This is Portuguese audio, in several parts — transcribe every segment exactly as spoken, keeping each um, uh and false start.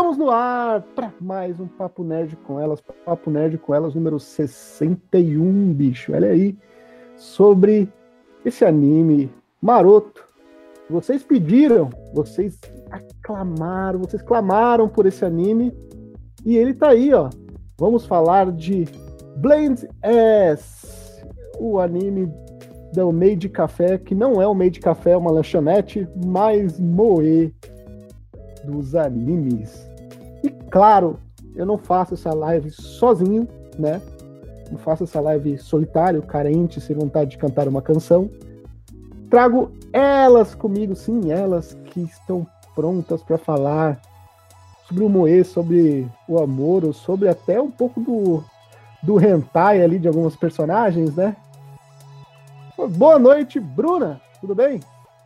Estamos no ar para mais um Papo Nerd com elas, Papo Nerd com elas número sessenta e um, bicho, olha aí, sobre esse anime maroto. Vocês pediram, vocês aclamaram, vocês clamaram por esse anime e ele tá aí, ó. Vamos falar de Blend S, o anime do Made Café, que não é um Made Café, é uma lanchonete, mas moe dos animes. E claro, eu não faço essa live sozinho, né? Não faço essa live solitário, carente, sem vontade de cantar uma canção. Trago elas comigo, sim, elas que estão prontas para falar sobre o moe, sobre o amor, ou sobre até um pouco do, do hentai ali de alguns personagens, né? Boa noite, Bruna, tudo bem?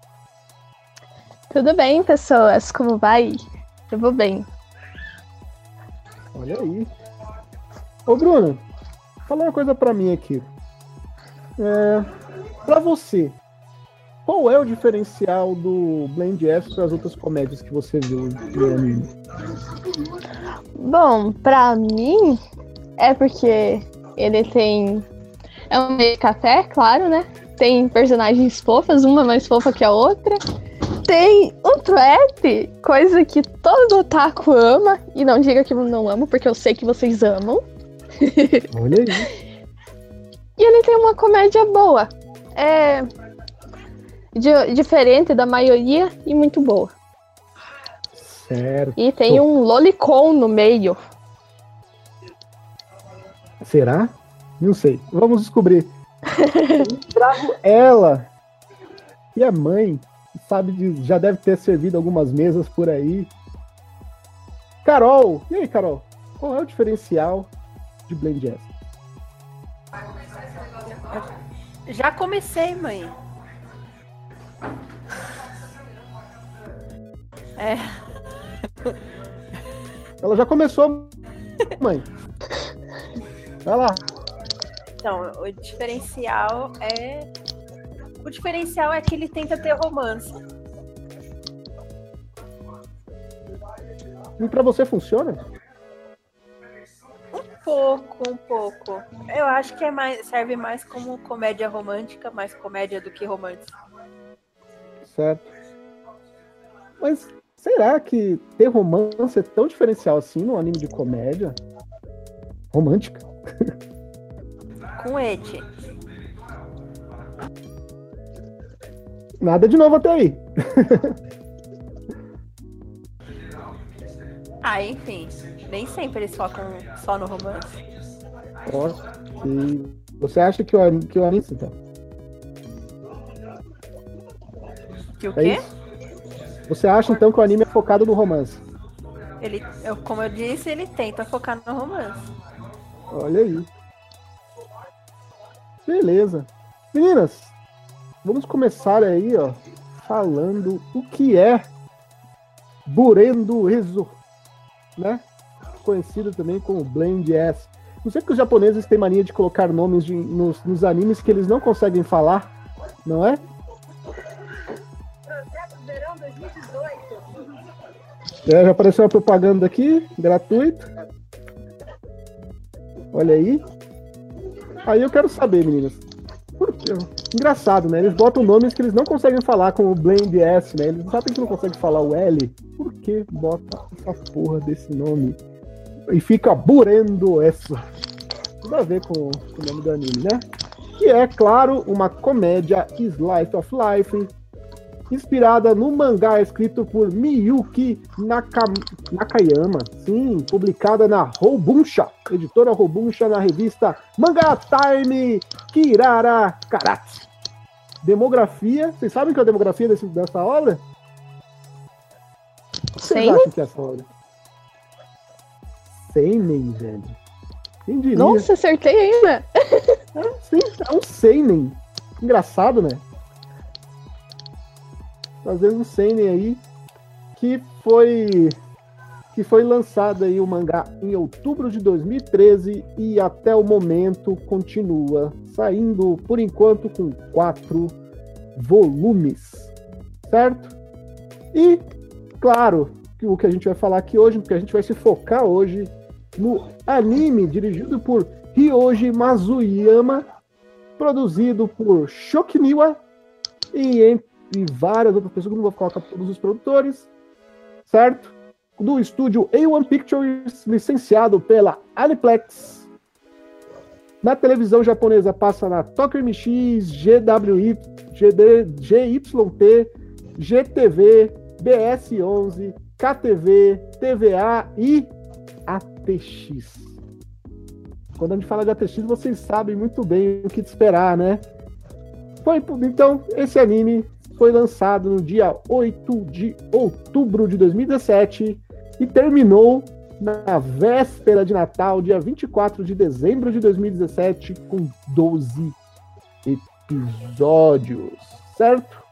Tudo bem, pessoas, como vai? Eu vou bem. Olha aí. Ô, Bruna, fala uma coisa pra mim aqui. É, pra você, qual é o diferencial do Blend S para as outras comédias que você viu no anime? Bom, pra mim, é porque ele tem... É um meio de café, claro, né? Tem personagens fofas, uma mais fofa que a outra. Tem o trap, coisa que todo otaku ama. E não diga que eu não amo, porque eu sei que vocês amam. Olha aí. E ele tem uma comédia boa. É... De, diferente da maioria e muito boa. Certo. E tem um lolicon no meio. Será? Não sei. Vamos descobrir. Eu trago ela. E a mãe, sabe, de, já deve ter servido algumas mesas por aí. Carol! E aí, Carol? Qual é o diferencial de Blend S? Já comecei, mãe. É. Ela já começou, mãe. Vai lá. Então, o diferencial é... O diferencial é que ele tenta ter romance. E pra você funciona? Um pouco, um pouco. Eu acho que é mais, serve mais como comédia romântica, mais comédia do que romance. Certo. Mas será que ter romance é tão diferencial assim num anime de comédia? Romântica? Com Eti. Nada de novo até aí. Ah, enfim. Nem sempre eles focam só no romance. Ok. Você acha que o, que o anime... Então? Que o É quê? isso? Você acha então que o anime é focado no romance? Ele, eu, como eu disse, ele tenta focar no romance. Olha aí. Beleza. Meninas, vamos começar aí, ó, falando o que é Burendo Ezo, né? Conhecido também como Blend S. Não sei porque os japoneses têm mania de colocar nomes de, nos, nos animes que eles não conseguem falar, não é? Projeto Verão dois mil e dezoito. É, já apareceu uma propaganda aqui, gratuito. Olha aí. Aí eu quero saber, meninas. Por quê? Engraçado, né? Eles botam nomes que eles não conseguem falar, como o Blend S, né? Eles sabem que não conseguem falar o L. Por que bota essa porra desse nome? E fica Burendo essa. Tudo a ver com, com o nome do anime, né? Que é, claro, uma comédia slice of life, inspirada no mangá escrito por Miyuki Naka... Nakayama, sim, publicada na Robunsha, editora Robunsha, na revista Manga Time Kirara Karate. Demografia, vocês sabem que é a demografia desse, dessa obra? O que vocês Sim. acham que é essa obra? Seinen, velho. Quem diria? Nossa, acertei ainda. É, sim, é um seinen. Engraçado, né? Fazendo um seinen aí que foi que foi lançado aí o mangá em outubro de dois mil e treze e até o momento continua saindo por enquanto com quatro volumes, certo? E claro, o que a gente vai falar aqui hoje, porque a gente vai se focar hoje no anime dirigido por Ryoji Mazuyama, produzido por Shokiniwa e entre várias outras pessoas, que não vou colocar todos os produtores, certo? Do estúdio A um Pictures, licenciado pela Aniplex. Na televisão japonesa passa na Tokyo M X, G W I, G D, G Y T, G T V, B S onze, K T V, T V A e A T X. Quando a gente fala de A T X, vocês sabem muito bem o que esperar, né? Foi, então, esse anime foi lançado no dia oito de outubro de dois mil e dezessete e terminou na véspera de Natal, dia vinte e quatro de dezembro de dois mil e dezessete, com doze episódios, certo?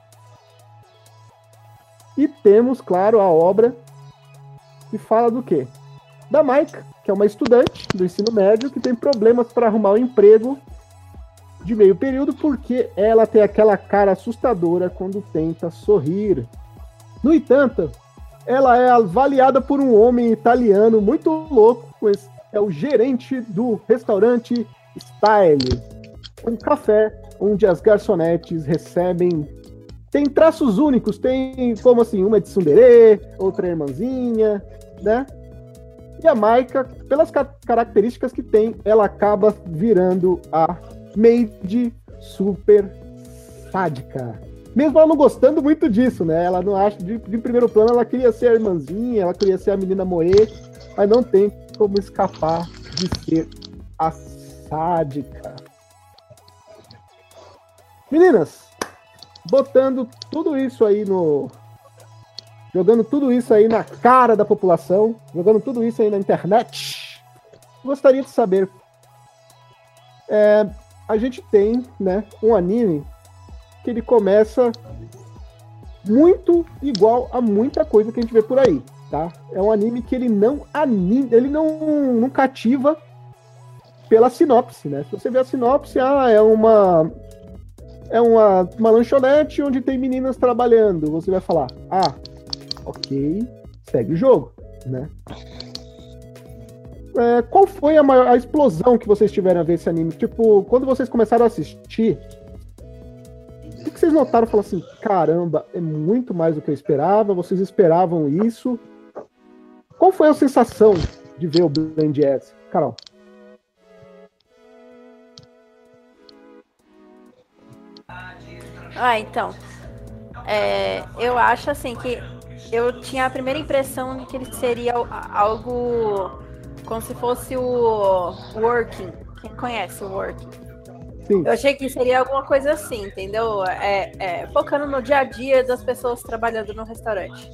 E temos, claro, a obra que fala do quê? Da Maika, que é uma estudante do ensino médio que tem problemas para arrumar um emprego de meio período porque ela tem aquela cara assustadora quando tenta sorrir. No entanto, ela é avaliada por um homem italiano muito louco, é o gerente do restaurante Style, um café onde as garçonetes recebem... Tem traços únicos, tem como assim, uma é de tsundere, outra é irmãzinha, né? E a Maika, pelas ca- características que tem, ela acaba virando a maid super sádica. Mesmo ela não gostando muito disso, né? Ela não acha, de, de primeiro plano, ela queria ser a irmãzinha, ela queria ser a menina moe, mas não tem como escapar de ser a sádica. Meninas, botando tudo isso aí no... Jogando tudo isso aí na cara da população, jogando tudo isso aí na internet, gostaria de saber... É, a gente tem, né, um anime que ele começa muito igual a muita coisa que a gente vê por aí, tá? É um anime que ele não anima, ele não, não cativa pela sinopse, né? Se você vê a sinopse, ah, é uma é uma, uma lanchonete onde tem meninas trabalhando, você vai falar, ah, ok, segue o jogo, né? É, qual foi a, maior, a explosão que vocês tiveram a ver esse anime? Tipo, quando vocês começaram a assistir, o que, que vocês notaram e falaram assim, caramba, é muito mais do que eu esperava, vocês esperavam isso? Qual foi a sensação de ver o Blend S? Carol? Ah, então, é, eu acho assim que eu tinha a primeira impressão de que ele seria algo como se fosse o Working. Quem conhece o Working? Sim. Eu achei que seria alguma coisa assim, entendeu? É, é, focando no dia a dia das pessoas trabalhando no restaurante.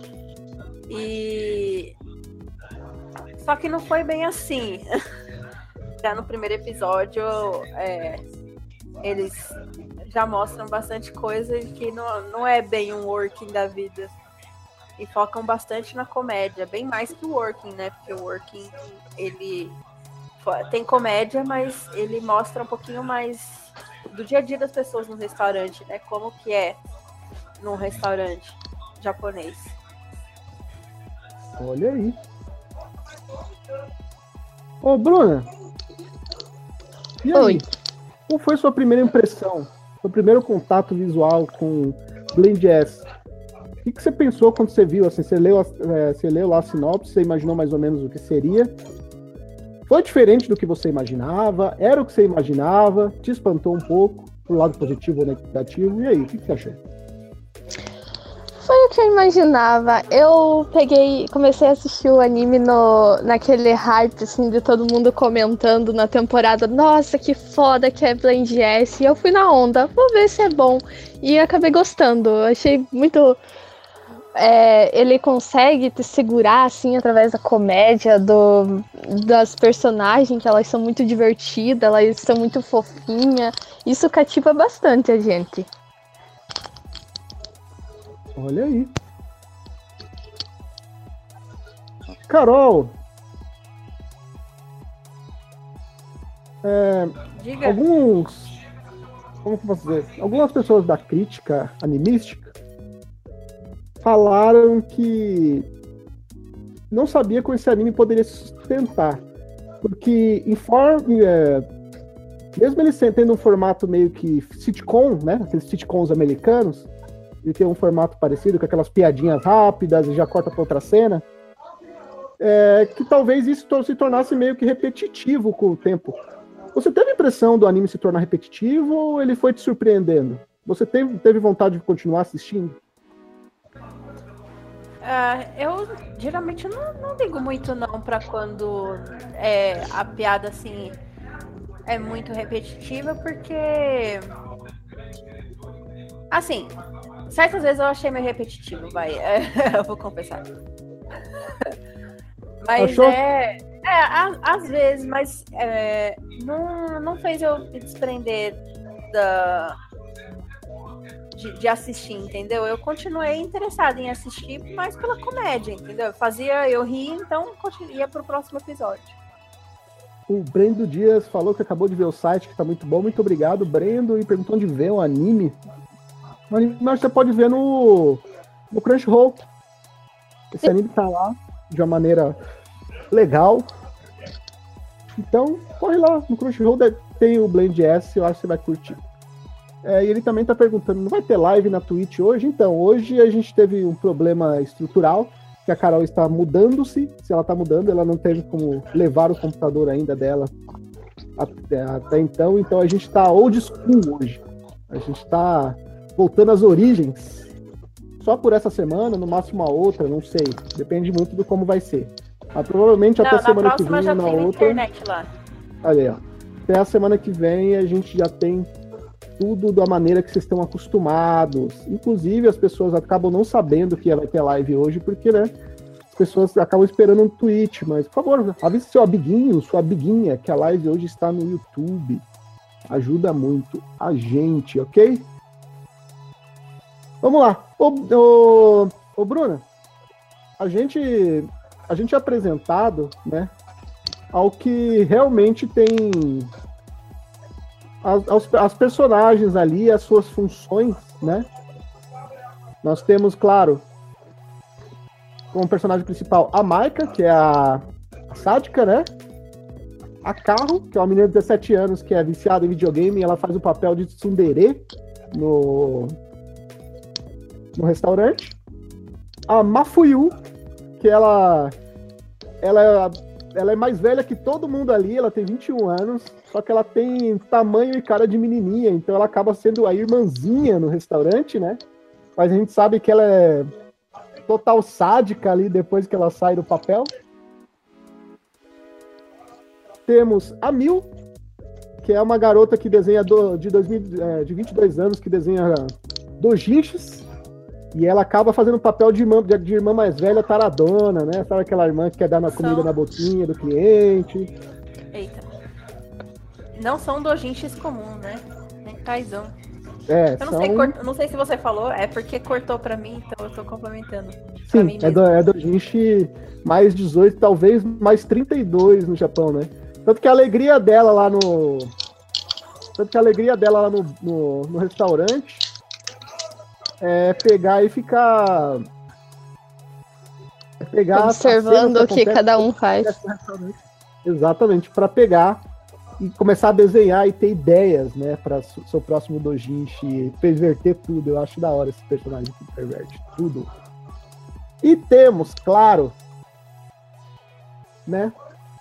E... Só que não foi bem assim. Já no primeiro episódio, é, eles já mostram bastante coisa que não, não é bem um Working da vida. E focam bastante na comédia, bem mais que o Working, né? Porque o Working, ele tem comédia, mas ele mostra um pouquinho mais do dia a dia das pessoas no restaurante, né? Como que é num restaurante japonês. Olha aí. Ô, Bruna. E aí? Oi. Qual foi sua primeira impressão? Seu primeiro contato visual com Blend S? O que, que você pensou quando você viu? Assim, você, leu, é, você leu lá a sinopse, você imaginou mais ou menos o que seria? Foi diferente do que você imaginava? Era o que você imaginava? Te espantou um pouco? Pro lado positivo ou negativo? E aí, o que, que você achou? Foi o que eu imaginava. Eu peguei, comecei a assistir o anime no, naquele hype, assim, de todo mundo comentando na temporada. Nossa, que foda que é Blend S. E eu fui na onda, vou ver se é bom. E acabei gostando. Achei muito... É, ele consegue te segurar, assim, através da comédia, do, das personagens, que elas são muito divertidas, elas são muito fofinhas. Isso cativa bastante a gente. Olha aí. Carol. É, Diga. Alguns... Como que eu posso dizer? Algumas pessoas da crítica animística falaram que não sabia como esse anime poderia se sustentar. Porque, informe, é, mesmo ele tendo um formato meio que sitcom, né? Aqueles sitcoms americanos, ele tem um formato parecido, com aquelas piadinhas rápidas e já corta para outra cena, é, que talvez isso se tornasse meio que repetitivo com o tempo. Você teve a impressão do anime se tornar repetitivo ou ele foi te surpreendendo? Você teve, teve vontade de continuar assistindo? Uh, eu geralmente não, não ligo muito não pra quando é, a piada assim é muito repetitiva, porque assim, certas vezes eu achei meio repetitivo, vai, eu vou confessar. Mas Achou? é, é a, às vezes, mas é, não, não fez eu me desprender da De, de assistir, entendeu? Eu continuei interessada em assistir, mas pela comédia, entendeu? Fazia eu rir, então ia pro próximo episódio. O Brendo Dias falou que acabou de ver o site, que tá muito bom. Muito obrigado, Brendo. E perguntou onde vê o anime. Mas você pode ver no, no Crunchyroll. Esse Sim. anime tá lá de uma maneira legal. Então, corre lá. No Crunchyroll tem o Blend S, eu acho que você vai curtir. É, e ele também está perguntando, não vai ter live na Twitch hoje? Então, hoje a gente teve um problema estrutural, que a Carol está mudando-se, se ela está mudando, ela não teve como levar o computador ainda dela até, até então, então a gente está old school hoje, a gente está voltando às origens, só por essa semana, no máximo a outra, não sei, depende muito do como vai ser. Mas provavelmente não, até semana que vem, já na tem outra... internet lá. Olha aí, ó. Até a semana que vem a gente já tem tudo da maneira que vocês estão acostumados. Inclusive, as pessoas acabam não sabendo que vai ter live hoje, porque, né, as pessoas acabam esperando um tweet, mas, por favor, avise seu amiguinho, sua amiguinha, que a live hoje está no YouTube. Ajuda muito a gente, ok? Vamos lá. Ô, ô, ô Bruna, a gente, a gente é apresentado, né, ao que realmente tem... As, as personagens ali, as suas funções, né? Nós temos, claro, como personagem principal a Maika, que é a, a sádica, né? A Carro, que é uma menina de dezessete anos que é viciada em videogame, e ela faz o papel de tsundere no, no restaurante. A Mafuyu, que ela, ela, ela é mais velha que todo mundo ali, ela tem vinte e um anos, só que ela tem tamanho e cara de menininha, então ela acaba sendo a irmãzinha no restaurante, né? Mas a gente sabe que ela é total sádica ali depois que ela sai do papel. Temos a Mil, que é uma garota que desenha do, de, dois mil, é, de vinte e dois anos, que desenha dojinshis, e ela acaba fazendo o papel de irmã, de, de irmã mais velha, taradona, né? Sabe aquela irmã que quer dar na comida São... na boquinha do cliente. Eita. Não são dojinshis comuns, né? Nem kaizão. É, eu não, são... sei, cort... não sei se você falou, é porque cortou pra mim, então eu tô complementando. Sim, mim é, do, é dojinshi mais dezoito, talvez mais trinta e dois no Japão, né? Tanto que a alegria dela lá no... Tanto que a alegria dela lá no, no, no restaurante é pegar e ficar... É pegar observando o que cada um faz. Exatamente, pra pegar e começar a desenhar e ter ideias, né, para seu próximo dojinshi, perverter tudo. Eu acho da hora esse personagem que perverte tudo. E temos, claro, né,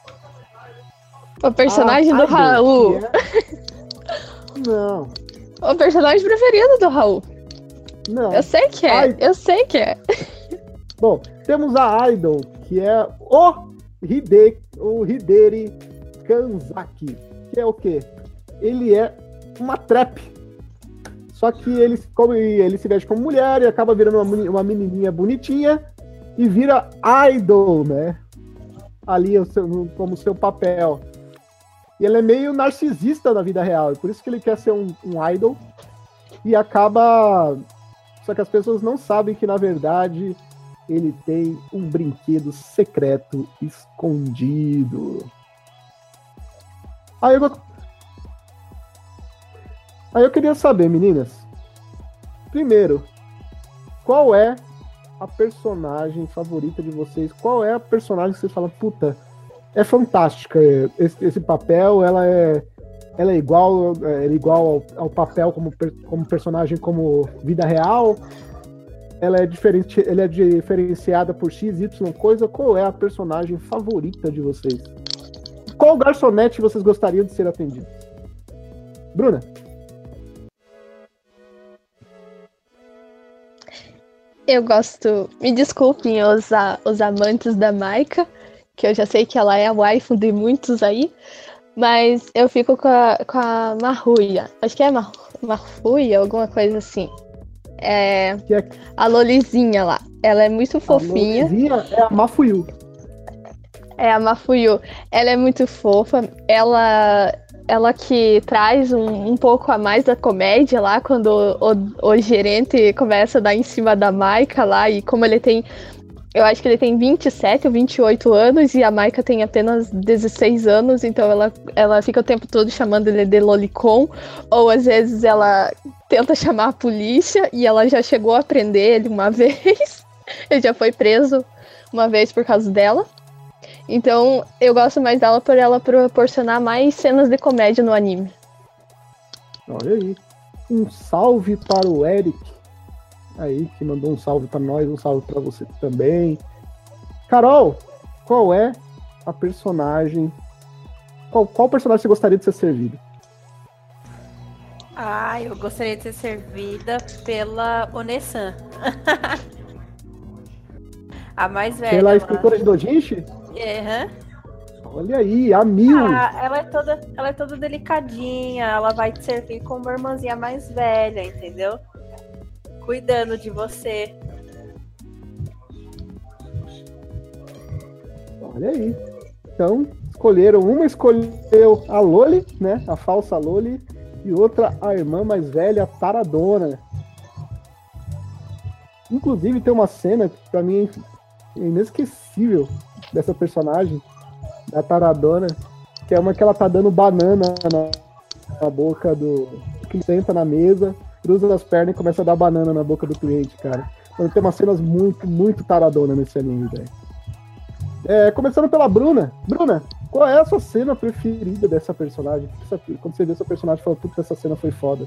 o personagem a do Idol, Raul. é... Não. O personagem preferido do Raul. Não. Eu sei que é, eu sei que é. Bom, temos a Idol, que é o Hide, o Hideri Kanzaki, que é o quê? Ele é uma trap. Só que ele, como ele se veste como mulher e acaba virando uma, uma menininha bonitinha e vira idol, né? Ali como seu papel. E ele é meio narcisista na vida real, e por isso que ele quer ser um, um idol e acaba... Só que as pessoas não sabem que, na verdade, ele tem um brinquedo secreto escondido. Aí eu... Aí eu queria saber, meninas, primeiro, qual é a personagem favorita de vocês? Qual é a personagem que vocês falam, puta, é fantástica esse, esse papel, ela é, ela é igual, é igual ao, ao papel como, como personagem, como vida real? Ela é, diferente, ela é diferenciada por X, Y coisa? Qual é a personagem favorita de vocês? Qual garçonete vocês gostariam de ser atendidos? Bruna? Eu gosto, me desculpem os, os amantes da Maika, que eu já sei que ela é a waifu de muitos aí, mas eu fico com a, com a Maruya. Acho que é Mar, Maruya, alguma coisa assim. É, que é a Lolizinha lá. Ela é muito fofinha. A Lolizinha é a Mafuyu. É a Mafuyu. Ela é muito fofa. Ela, ela que traz um, um pouco a mais da comédia lá, quando o, o, o gerente começa a dar em cima da Maika lá, e como ele tem... Eu acho que ele tem vinte e sete ou vinte e oito anos e a Maika tem apenas dezesseis anos, então ela, ela fica o tempo todo chamando ele de Lolicon, ou às vezes ela tenta chamar a polícia e ela já chegou a prender ele uma vez. Ele já foi preso uma vez por causa dela. Então eu gosto mais dela por ela proporcionar mais cenas de comédia no anime. Olha aí. Um salve para o Eric aí, que mandou um salve para nós, um salve para você também. Carol, qual é a personagem... Qual, qual personagem você gostaria de ser servido? Ah, eu gostaria de ser servida pela Onesan. A mais velha. Pela escritora de Dojinshi? Uhum. Olha aí, a Mil. Ah, ela é toda, ela é toda delicadinha, ela vai te servir como uma irmãzinha mais velha, entendeu? Cuidando de você. Olha aí. Então, escolheram. Uma escolheu a Loli, né? A falsa Loli. E outra, a irmã mais velha, a Taradona. Inclusive, tem uma cena que pra mim é inesquecível dessa personagem, da Taradona, que é uma que ela tá dando banana na, na boca do... que senta na mesa, cruza as pernas e começa a dar banana na boca do cliente, cara. Então tem umas cenas muito, muito Taradona nesse anime, velho. É, começando pela Bruna. Bruna, qual é a sua cena preferida dessa personagem? Quando você vê essa personagem, fala, puta, essa cena foi foda.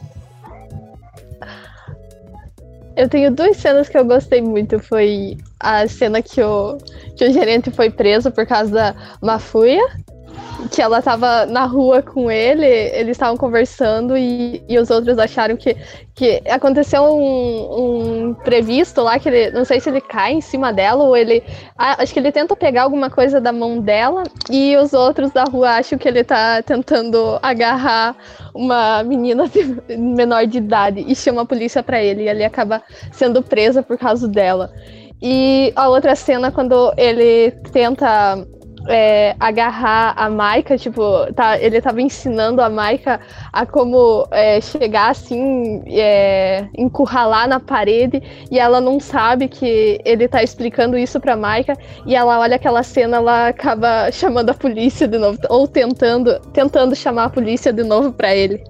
Eu tenho duas cenas que eu gostei muito. Foi a cena que o, que o gerente foi preso por causa da Mafuya, que ela tava na rua com ele, eles estavam conversando e, e os outros acharam que, que aconteceu um, um imprevisto lá, que ele, não sei se ele cai em cima dela ou ele... Acho que ele tenta pegar alguma coisa da mão dela e os outros da rua acham que ele tá tentando agarrar uma menina de, menor de idade e chama a polícia pra ele e ele acaba sendo preso por causa dela. E a outra cena, quando ele tenta... É, agarrar a Maika, tipo, tá, ele tava ensinando a Maika a como é, chegar assim, é, encurralar na parede, e ela não sabe que ele tá explicando isso pra Maika, e ela olha aquela cena, ela acaba chamando a polícia de novo, ou tentando, tentando chamar a polícia de novo pra ele.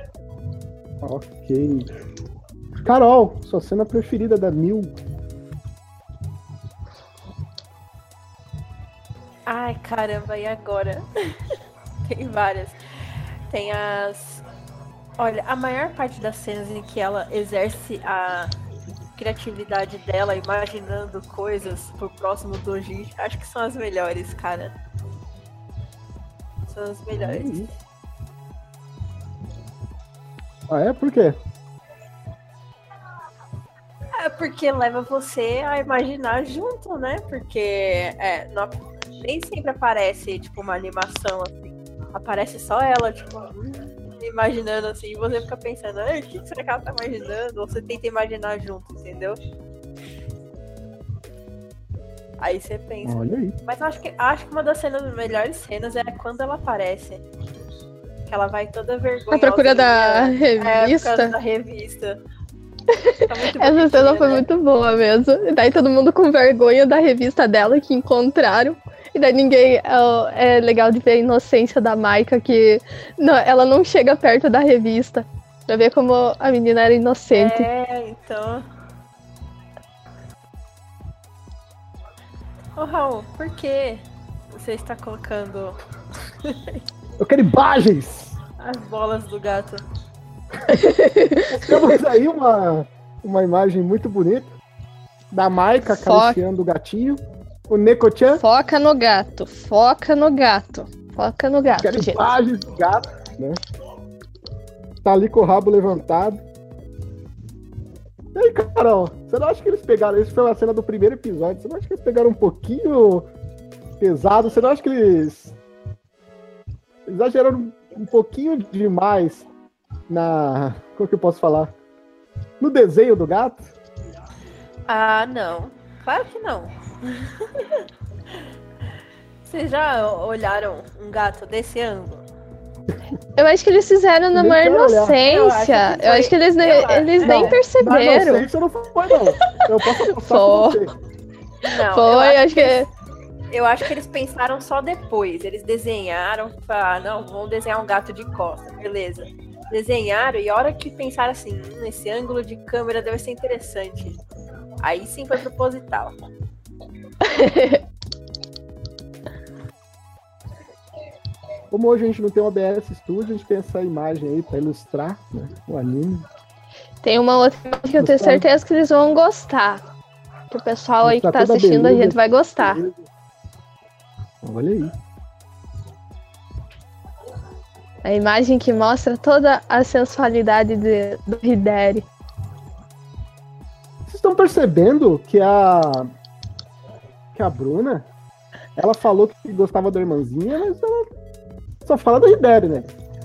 Ok. Carol, sua cena preferida da Mil? Ai, caramba, e agora? Tem várias. Tem as... Olha, a maior parte das cenas em que ela exerce a criatividade dela, imaginando coisas pro próximo doji, acho que são as melhores, cara. São as melhores. Ah, é? Por quê? É porque leva você a imaginar junto, né? Porque é, não, nem sempre aparece, tipo, uma animação assim. Aparece só ela, tipo, hum, imaginando assim, e você fica pensando, o que será que ela tá imaginando? Ou você tenta imaginar junto, entendeu? Aí você pensa. Olha aí. Mas eu acho que, acho que uma das cenas, melhores cenas é quando ela aparece. Que ela vai toda vergonhosa. A procura da revista. É, por causa da revista. Tá muito Essa cena foi né? muito boa mesmo. E daí todo mundo com vergonha da revista dela que encontraram. E daí ninguém... É, é legal de ver a inocência da Maika, que não, ela não chega perto da revista. Pra ver como a menina era inocente. É, então... Ô, Raul, por que você está colocando Eu quero imagens! as bolas do gato? Temos aí uma, uma imagem muito bonita da Maika Foca. acariciando o gatinho. O Neko-chan. Foca no gato, foca no gato. Foca no gato, Quero gente. imagens do gato, né? Tá ali com o rabo levantado. E aí, Carol, você não acha que eles pegaram... Isso foi uma cena do primeiro episódio. Você não acha que eles pegaram um pouquinho pesado? Você não acha que eles... exageraram um pouquinho demais na... Como que eu posso falar? No desenho do gato? Ah, não. Claro que não. Vocês já olharam um gato desse ângulo? Eu acho que eles fizeram na Nem maior quero olhar. inocência. Eu acho que foi- Eu acho que eles, nem- eu acho- eles não, nem na perceberam. Não, isso não foi, não. Eu posso apostar Foi. com você. Não, Foi, eu acho que. eles- eu acho que eles pensaram só depois. Eles desenharam, falaram, não, vamos desenhar um gato de costa, beleza. Desenharam e a hora que pensaram assim, hum, esse ângulo de câmera deve ser interessante. Aí sim foi proposital. Como hoje a gente não tem um O B S Studio, a gente tem essa imagem aí pra ilustrar, né, o anime. Tem uma outra imagem que eu tenho certeza que eles vão gostar. Que o pessoal aí que Mostrar tá toda a assistindo a beleza. gente vai gostar. Olha aí. A imagem que mostra toda a sensualidade de, do Hideri. Vocês estão percebendo que a que a Bruna, ela falou que gostava da irmãzinha, mas ela só fala do Hideri, né?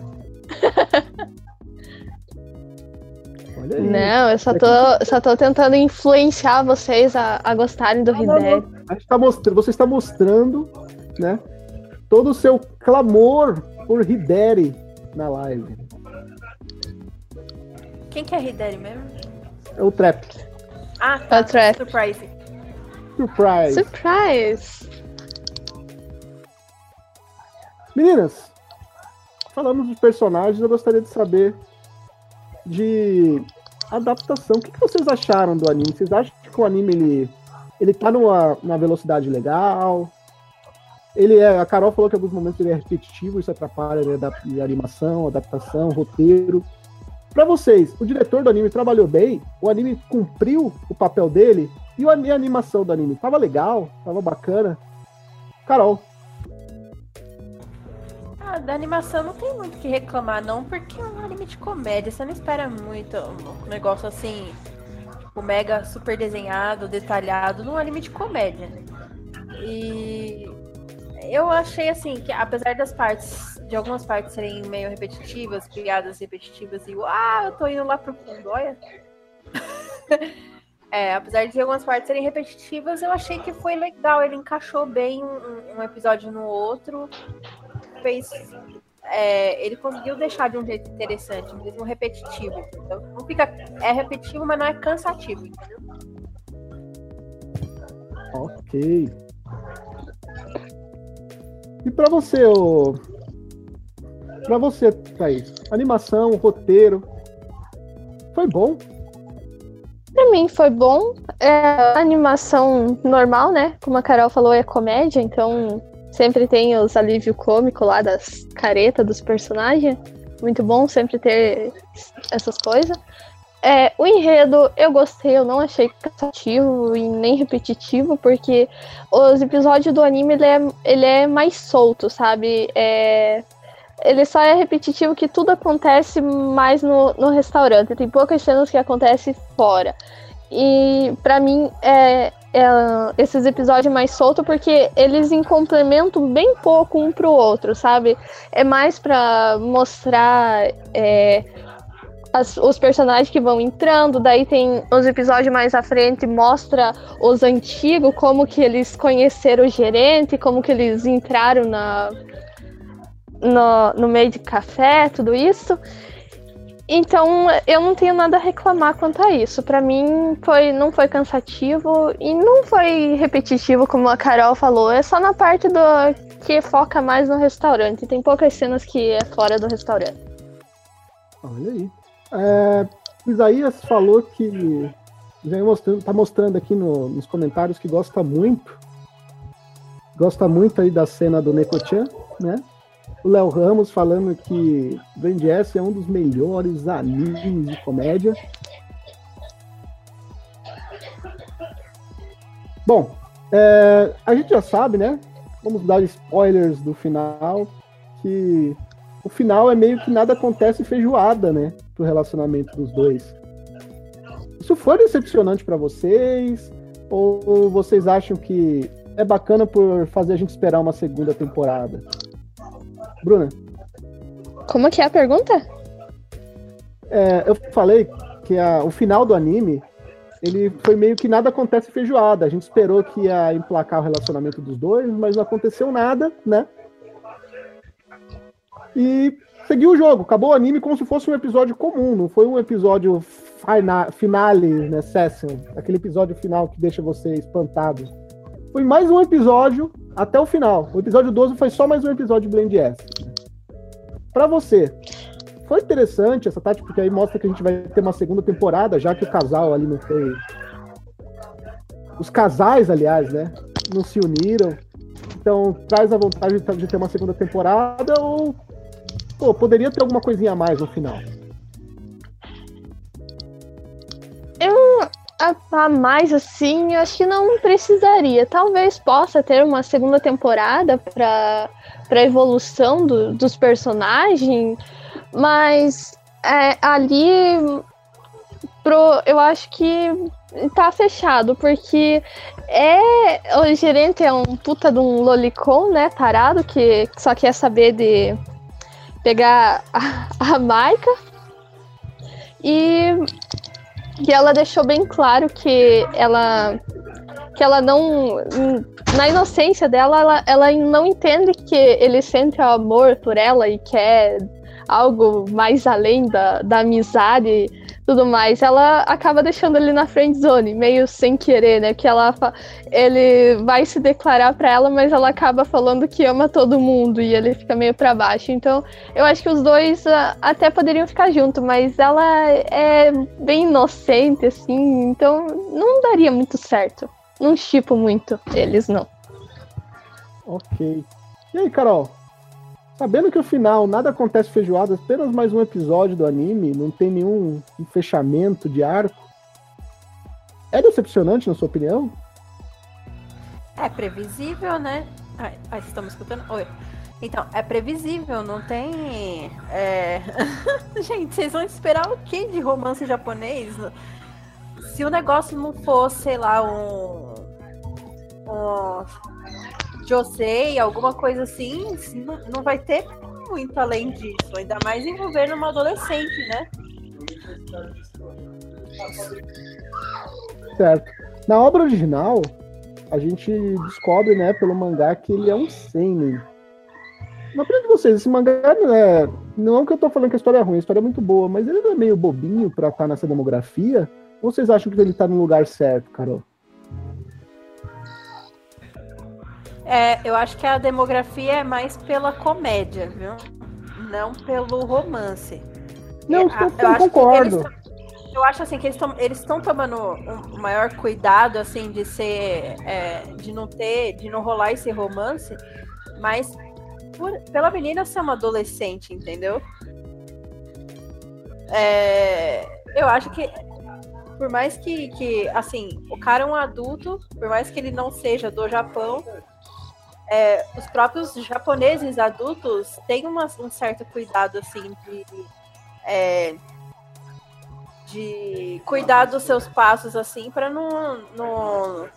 Olha aí. Não, eu só tô, só tô tentando influenciar vocês a, a gostarem do Não, não, Hideri. não. A gente tá mostrando, você está mostrando, né, todo o seu clamor por Hideri na live. Quem que é Hideri mesmo? É o Trap. Ah, É tá. o Trap. Surprise. Surprise. Surprise! Meninas, falando dos personagens, eu gostaria de saber de adaptação. O que que vocês acharam do anime? Vocês acham que o anime ele, ele tá numa, numa velocidade legal? Ele é, a Carol falou que em alguns momentos ele é repetitivo, isso atrapalha né, da, de animação, adaptação, roteiro. Pra vocês, o diretor do anime trabalhou bem? O anime cumpriu o papel dele? E o, a animação do anime? Tava legal? Tava bacana? Carol. Ah, da animação não tem muito o que reclamar, não, porque é um anime de comédia. Você não espera muito um negócio assim, tipo, mega super desenhado, detalhado, num anime de comédia. E eu achei assim, que apesar das partes, de algumas partes serem meio repetitivas, piadas repetitivas, e ah, eu tô indo lá pro fundo, olha. É, apesar de algumas partes serem repetitivas, eu achei que foi legal. Ele encaixou bem um, um episódio no outro. Fez, é, ele conseguiu deixar de um jeito interessante, mesmo repetitivo. Então, não fica, é repetitivo, mas não é cansativo, entendeu? Ok. E pra você, ô... pra você, Thaís, animação, roteiro, foi bom? Pra mim foi bom. É animação normal, né? Como a Carol falou, é comédia, então sempre tem os alívio cômico lá das caretas dos personagens. Muito bom sempre ter essas coisas. É, o enredo eu gostei, eu não achei cansativo e nem repetitivo, porque os episódios do anime ele é, ele é mais solto, sabe? É, ele só é repetitivo que tudo acontece mais no, no restaurante. Tem poucas cenas que acontecem fora. E pra mim é, é esses episódios mais soltos porque eles complementam bem pouco um pro outro, sabe? É mais pra mostrar é, as, os personagens que vão entrando. Daí tem os episódios mais à frente, mostra os antigos, como que eles conheceram o gerente, como que eles entraram na, no, no meio de café, tudo isso. Então, eu não tenho nada a reclamar quanto a isso. Pra mim, foi, não foi cansativo e não foi repetitivo, como a Carol falou. É só na parte do que foca mais no restaurante. Tem poucas cenas que é fora do restaurante. Olha aí. É, Isaías falou que já mostrando, tá mostrando aqui no, nos comentários que gosta muito gosta muito aí da cena do Neko-chan, né? O Léo Ramos falando que Blade S é um dos melhores animes de comédia. Bom, é, a gente já sabe, né? Vamos dar spoilers do final, que o final é meio que nada acontece feijoada, né? Do relacionamento dos dois. Isso foi decepcionante pra vocês? Ou vocês acham que é bacana por fazer a gente esperar uma segunda temporada? Bruna? Como que é a pergunta? É, eu falei que a, o final do anime, ele foi meio que nada acontece feijoada. A gente esperou que ia emplacar o relacionamento dos dois, mas não aconteceu nada, né? E seguiu o jogo. Acabou o anime como se fosse um episódio comum. Não foi um episódio fina, finale, né, session. Aquele episódio final que deixa você espantado. Foi mais um episódio até o final. O episódio doze foi só mais um episódio de Blade S. Pra você, foi interessante essa tática, porque aí mostra que a gente vai ter uma segunda temporada, já que o casal ali não foi... Os casais, aliás, né, não se uniram. Então, traz a vontade de ter uma segunda temporada ou... Pô, poderia ter alguma coisinha a mais no final. Eu, a, a mais assim, eu acho que não precisaria. Talvez possa ter uma segunda temporada para para evolução do, dos personagens, mas é, ali pro, eu acho que tá fechado, porque é o gerente é um puta de um lolicon, né, tarado, que só quer saber de pegar a, a marca, e que ela deixou bem claro que ela que ela não, na inocência dela, ela, ela não entende que ele sente amor por ela e quer algo mais além da, da amizade e tudo mais. Ela acaba deixando ele na friend zone, meio sem querer, né? Que ela, ele vai se declarar pra ela, mas ela acaba falando que ama todo mundo e ele fica meio pra baixo. Então, eu acho que os dois uh, até poderiam ficar juntos, mas ela é bem inocente, assim, então não daria muito certo. Não shippo muito eles, não. Ok. E aí, Carol? Sabendo que o final nada acontece feijoada, apenas mais um episódio do anime, não tem nenhum fechamento de arco, é decepcionante, na sua opinião? É previsível, né? Ai, ai, estamos escutando? Oi. Então, é previsível, não tem... É... Gente, vocês vão esperar o que de romance japonês? Se o negócio não for, sei lá, um... um josei, alguma coisa assim, não, não vai ter muito além disso. Ainda mais envolvendo uma adolescente, né? Certo. Na obra original, a gente descobre, né, pelo mangá, que ele é um seinen. Na opinião de vocês, esse mangá não é... Não é que eu tô falando que a história é ruim, a história é muito boa, mas ele não é meio bobinho pra estar nessa demografia? Ou vocês acham que ele tá no lugar certo, Carol? É, eu acho que a demografia é mais pela comédia, viu? Não pelo romance. Não, é, eu, a, eu, eu concordo. Eles, eu acho assim que eles estão tomando um maior cuidado assim de ser, é, de não ter, de não rolar esse romance, mas por, pela menina ser uma adolescente, entendeu? É, eu acho que por mais que, que, assim, o cara é um adulto, por mais que ele não seja do Japão, é, os próprios japoneses adultos têm uma, um certo cuidado, assim, de, é, de cuidar dos seus passos, assim, para não, não...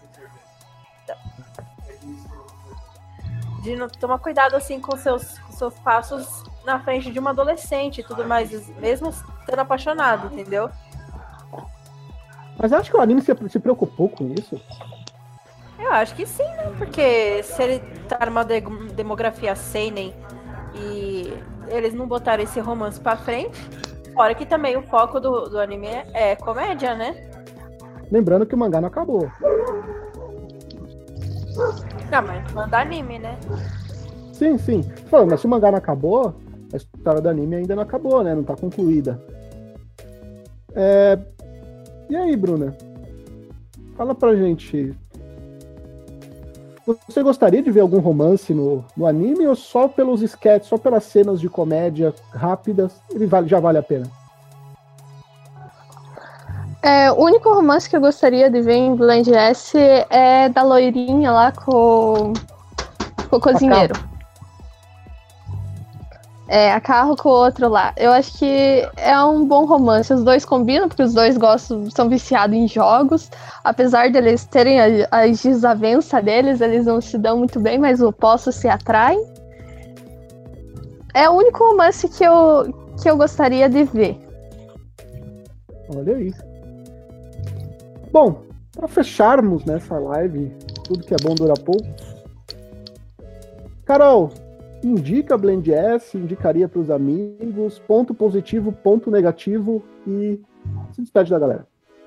de não tomar cuidado, assim, com seus, com seus passos na frente de uma adolescente e tudo mais, mesmo sendo apaixonado, entendeu? Mas acho que o anime se, se preocupou com isso. Eu acho que sim, né? Porque se ele tá numa de- demografia seinen e eles não botaram esse romance pra frente, fora que também o foco do, do anime é comédia, né? Lembrando que o mangá não acabou. Não, mas manda anime, né? Sim, sim. Falando, mas se o mangá não acabou, a história do anime ainda não acabou, né? Não tá concluída. É... E aí, Bruna? Fala pra gente. Você gostaria de ver algum romance no, no anime ou só pelos sketches, só pelas cenas de comédia rápidas, ele vale, já vale a pena? É, o único romance que eu gostaria de ver em Blend S é da loirinha lá com, com o cozinheiro. É, a Carro com o outro lá. Eu acho que é um bom romance. Os dois combinam, porque os dois gostam, são viciados em jogos. Apesar deles terem as desavenças deles, eles não se dão muito bem, mas o poço se atrai. É o único romance que eu, que eu gostaria de ver. Olha aí. Bom, para fecharmos nessa live, tudo que é bom dura pouco. Carol, indica Blend S, indicaria para os amigos, ponto positivo, ponto negativo e se despede da galera.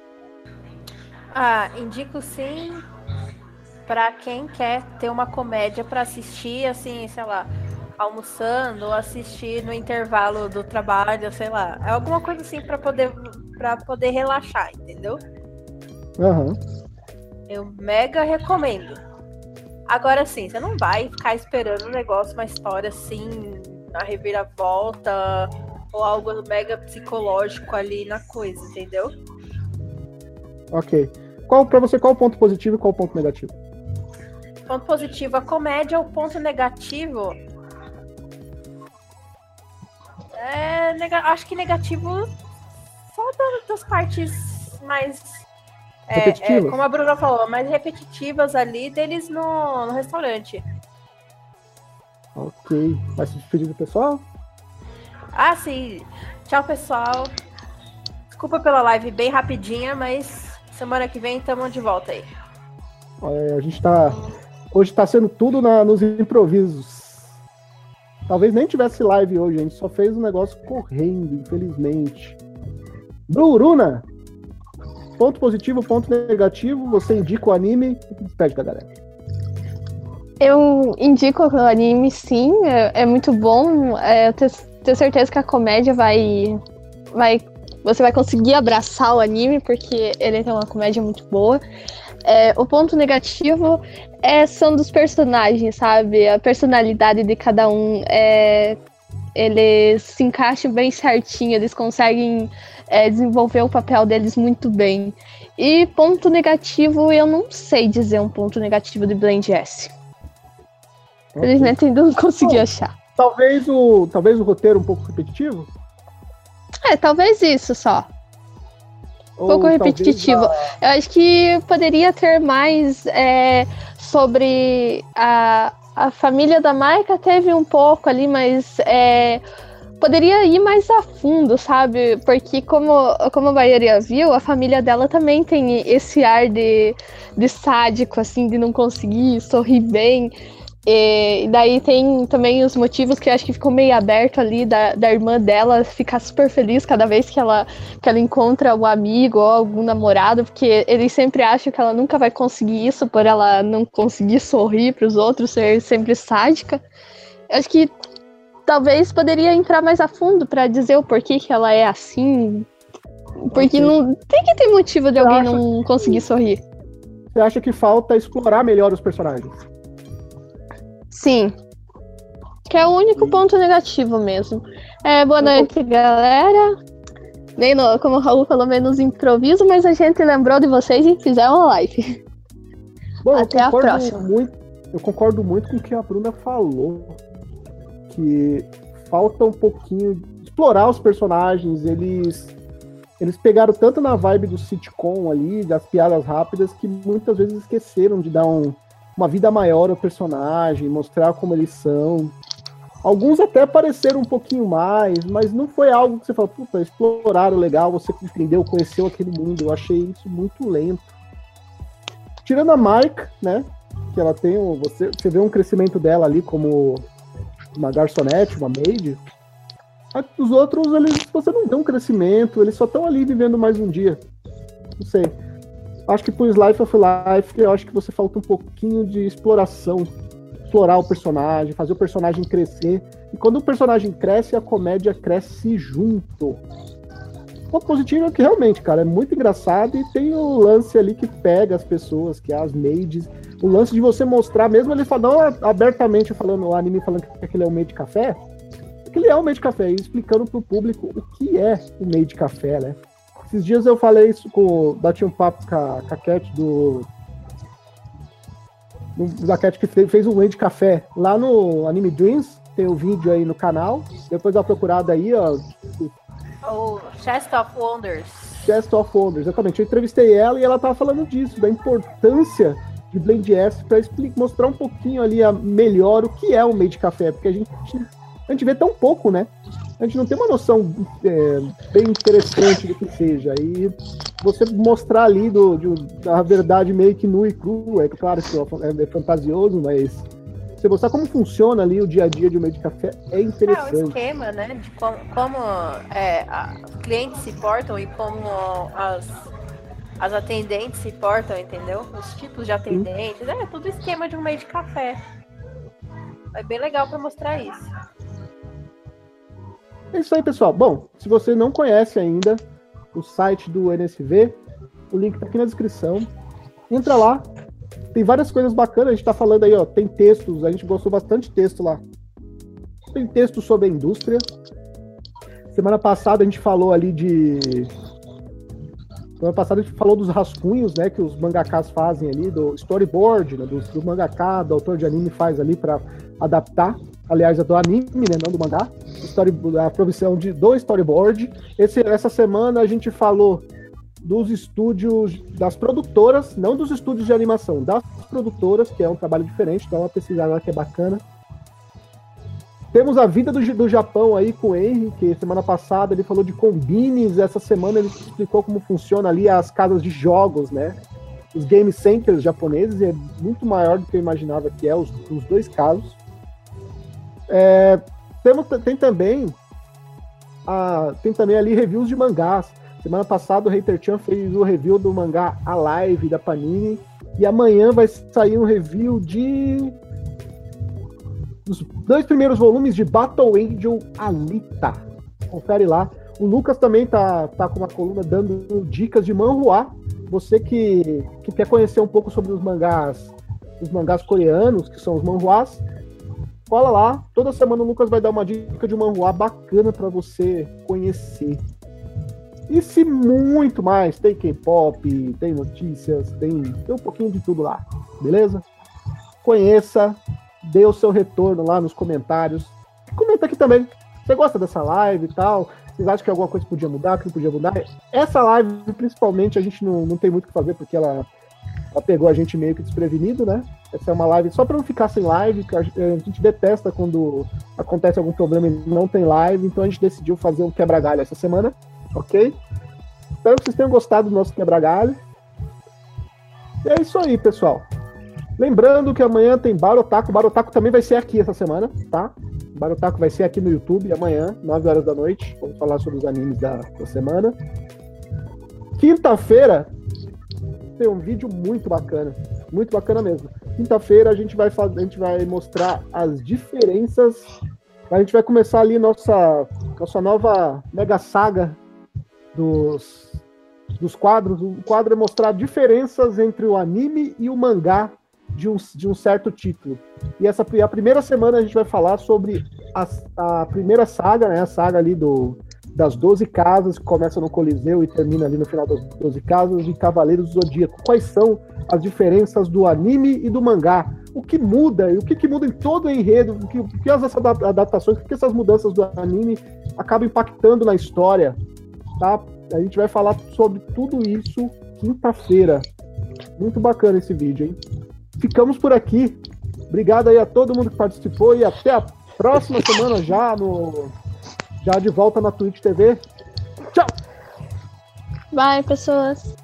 Ah, indico sim para quem quer ter uma comédia para assistir, assim, sei lá, almoçando ou assistir no intervalo do trabalho, sei lá. É alguma coisa assim para poder, para poder relaxar, entendeu? Uhum. Eu mega recomendo. Agora sim, você não vai ficar esperando um negócio, uma história assim, na reviravolta, ou algo mega psicológico ali na coisa, entendeu? Ok. Qual, pra você, qual o ponto positivo e qual o ponto negativo? Ponto positivo, a comédia. O ponto negativo é, nega, acho que negativo só das, das partes mais É, é, como a Bruna falou, mais repetitivas ali deles no, no restaurante. Ok. Vai se despedir do pessoal? Ah, sim. Tchau, pessoal. Desculpa pela live bem rapidinha, mas semana que vem estamos de volta aí. É, a gente tá... Hoje tá sendo tudo na, nos improvisos. Talvez nem tivesse live hoje, a gente só fez o negócio correndo, infelizmente. Bruna! Ponto positivo, ponto negativo, você indica o anime e se despede da galera. Eu indico o anime, sim, é, é muito bom. É, eu tenho, tenho certeza que a comédia vai, vai. Você vai conseguir abraçar o anime, porque ele tem uma comédia muito boa. É, o ponto negativo é, são dos personagens, sabe? A personalidade de cada um. É, eles se encaixam bem certinho, eles conseguem é, desenvolver o papel deles muito bem. E ponto negativo, eu não sei dizer um ponto negativo de Blend S. Okay. Felizmente ainda não consegui Bom, achar. Talvez o, talvez o roteiro um pouco repetitivo? É, talvez isso só. Um Ou pouco repetitivo. A... Eu acho que poderia ter mais é, sobre a... A família da Maika teve um pouco ali, mas é, poderia ir mais a fundo, sabe? Porque como, como a maioria viu, a família dela também tem esse ar de, de sádico, assim, de não conseguir sorrir bem. E daí tem também os motivos que eu acho que ficou meio aberto ali da, da irmã dela ficar super feliz cada vez que ela, que ela encontra um amigo ou algum namorado, porque eles sempre acham que ela nunca vai conseguir isso por ela não conseguir sorrir para os outros, ser sempre sádica. Eu acho que talvez poderia entrar mais a fundo para dizer o porquê que ela é assim, porque okay. não tem que ter motivo de Você alguém não que... conseguir sorrir. Você acha que falta explorar melhor os personagens? Sim. Que é o único ponto negativo mesmo. É, boa noite, galera. Nem no, como o Raul falou, menos improviso, mas a gente lembrou de vocês e fizeram uma live. Bom, Até a próxima. Muito, eu concordo muito com o que a Bruna falou. Que falta um pouquinho explorar os personagens. Eles, eles pegaram tanto na vibe do sitcom ali, das piadas rápidas, que muitas vezes esqueceram de dar um uma vida maior ao personagem, mostrar como eles são. Alguns até apareceram um pouquinho mais, mas não foi algo que você falou, puta, exploraram legal, você entendeu, conheceu aquele mundo. Eu achei isso muito lento. Tirando a Maika, né, que ela tem, você, você vê um crescimento dela ali como uma garçonete, uma maid. Os outros, eles, você não vê um crescimento, eles só estão ali vivendo mais um dia. Não sei. Acho que pro Slice of Life, eu acho que você falta um pouquinho de exploração. Explorar o personagem, fazer o personagem crescer. E quando o personagem cresce, a comédia cresce junto. O ponto positivo é que realmente, cara, é muito engraçado e tem o lance ali que pega as pessoas, que é as maids. O lance de você mostrar, mesmo ele falando, não abertamente falando, o anime falando que aquele é um meio de café, aquele é um meio de café, e explicando pro público o que é o meio de café, né? Esses dias eu falei isso com, bati um papo com a, com a Cat do, do da Cat que fez, fez um meio de café lá no Anime Dreams, tem o vídeo aí no canal, depois dá uma procurada aí, ó. O Chest of Wonders. Chest of Wonders, exatamente. Eu entrevistei ela e ela tava falando disso, da importância de Blend S para mostrar um pouquinho ali a, melhor o que é o meio de café, porque a gente, a gente vê tão pouco, né? A gente não tem uma noção é, bem interessante do que seja. E você mostrar ali do, de, da verdade meio que nua e crua, é claro que é, é fantasioso, mas você mostrar como funciona ali o dia a dia de um meio de café é interessante. É o esquema, né? De como, como é, a, os clientes se portam e como as, as atendentes se portam, entendeu? Os tipos de atendentes. Sim. É tudo esquema de um meio de café. É bem legal para mostrar isso. É isso aí, pessoal. Bom, se você não conhece ainda o site do N S V, o link tá aqui na descrição. Entra lá. Tem várias coisas bacanas, a gente tá falando aí, ó, tem textos, a gente gostou bastante de texto lá. Tem texto sobre a indústria. Semana passada a gente falou ali de... Semana passada a gente falou dos rascunhos, né, que os mangakas fazem ali, do storyboard, né, do, do mangaká, do autor de anime faz ali para adaptar. Aliás, é do anime, né, não do mangá. Story, a provisão de, do storyboard. Esse, essa semana a gente falou dos estúdios, das produtoras, não dos estúdios de animação, das produtoras, que é um trabalho diferente, dá uma pesquisada lá que é bacana. Temos a vida do, do Japão aí com o Henry, que semana passada ele falou de combines, essa semana ele explicou como funciona ali as casas de jogos, né? Os game centers japoneses, é muito maior do que eu imaginava que é, os, os dois casos. É, temos, tem também a, tem também ali reviews de mangás. Semana passada o Hater Chan fez o review do mangá A Live da Panini. E amanhã vai sair um review de... dos dois primeiros volumes de Battle Angel Alita. Confere lá. O Lucas também tá, tá com uma coluna dando dicas de manhwa. Você que, que quer conhecer um pouco sobre os mangás, os mangás coreanos, que são os manhwas, cola lá. Toda semana o Lucas vai dar uma dica de manhwa bacana para você conhecer. E se muito mais, tem K-pop, tem notícias, tem, tem um pouquinho de tudo lá, beleza? Conheça, dê o seu retorno lá nos comentários. Comenta aqui também, você gosta dessa live e tal? Vocês acham que alguma coisa podia mudar, que não podia mudar? Essa live, principalmente, a gente não, não tem muito o que fazer, porque ela, ela pegou a gente meio que desprevenido, né? Essa é uma live só para não ficar sem live, que a gente detesta quando acontece algum problema e não tem live, então a gente decidiu fazer um quebra-galho essa semana. Ok? Espero que vocês tenham gostado do nosso quebra-galho. E é isso aí, pessoal. Lembrando que amanhã tem Barotaku. Barotaku também vai ser aqui essa semana, tá? Barotaku vai ser aqui no YouTube amanhã, nove horas da noite. Vamos falar sobre os animes da, da semana. Quinta-feira tem um vídeo muito bacana. Muito bacana mesmo. Quinta-feira a gente vai fazer, a gente vai mostrar as diferenças. A gente vai começar ali nossa, nossa nova mega saga Dos, dos quadros. O quadro é mostrar diferenças entre o anime e o mangá de um, de um certo título. E essa a primeira semana a gente vai falar sobre a, a primeira saga, né? A saga ali do, das doze casas, que começa no Coliseu e termina ali no final das doze casas, de Cavaleiros do Zodíaco. Quais são as diferenças do anime e do mangá? O que muda? E o que, que muda em todo o enredo? O que, o que as adaptações, o que essas mudanças do anime acabam impactando na história? Tá? A gente vai falar sobre tudo isso quinta-feira. Muito bacana esse vídeo, hein? Ficamos por aqui. Obrigado aí a todo mundo que participou e até a próxima semana já no já de volta na Twitch T V. Tchau! Bye, pessoas!